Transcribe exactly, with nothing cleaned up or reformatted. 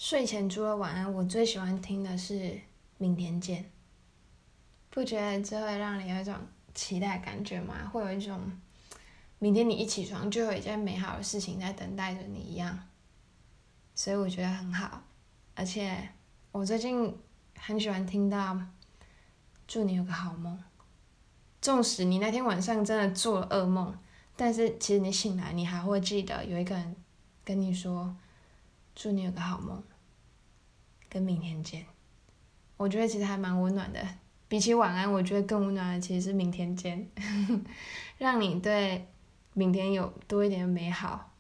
睡前除了晚安，我最喜欢听的是明天见。不觉得这会让你有一种期待感觉吗？会有一种明天你一起床就有一件美好的事情在等待着你一样，所以我觉得很好。而且我最近很喜欢听到祝你有个好梦，纵使你那天晚上真的做了噩梦，但是其实你醒来你还会记得有一个人跟你说祝你有个好梦，跟明天见。我觉得其实还蛮温暖的，比起晚安，我觉得更温暖的其实是明天见，让你对明天有多一点美好，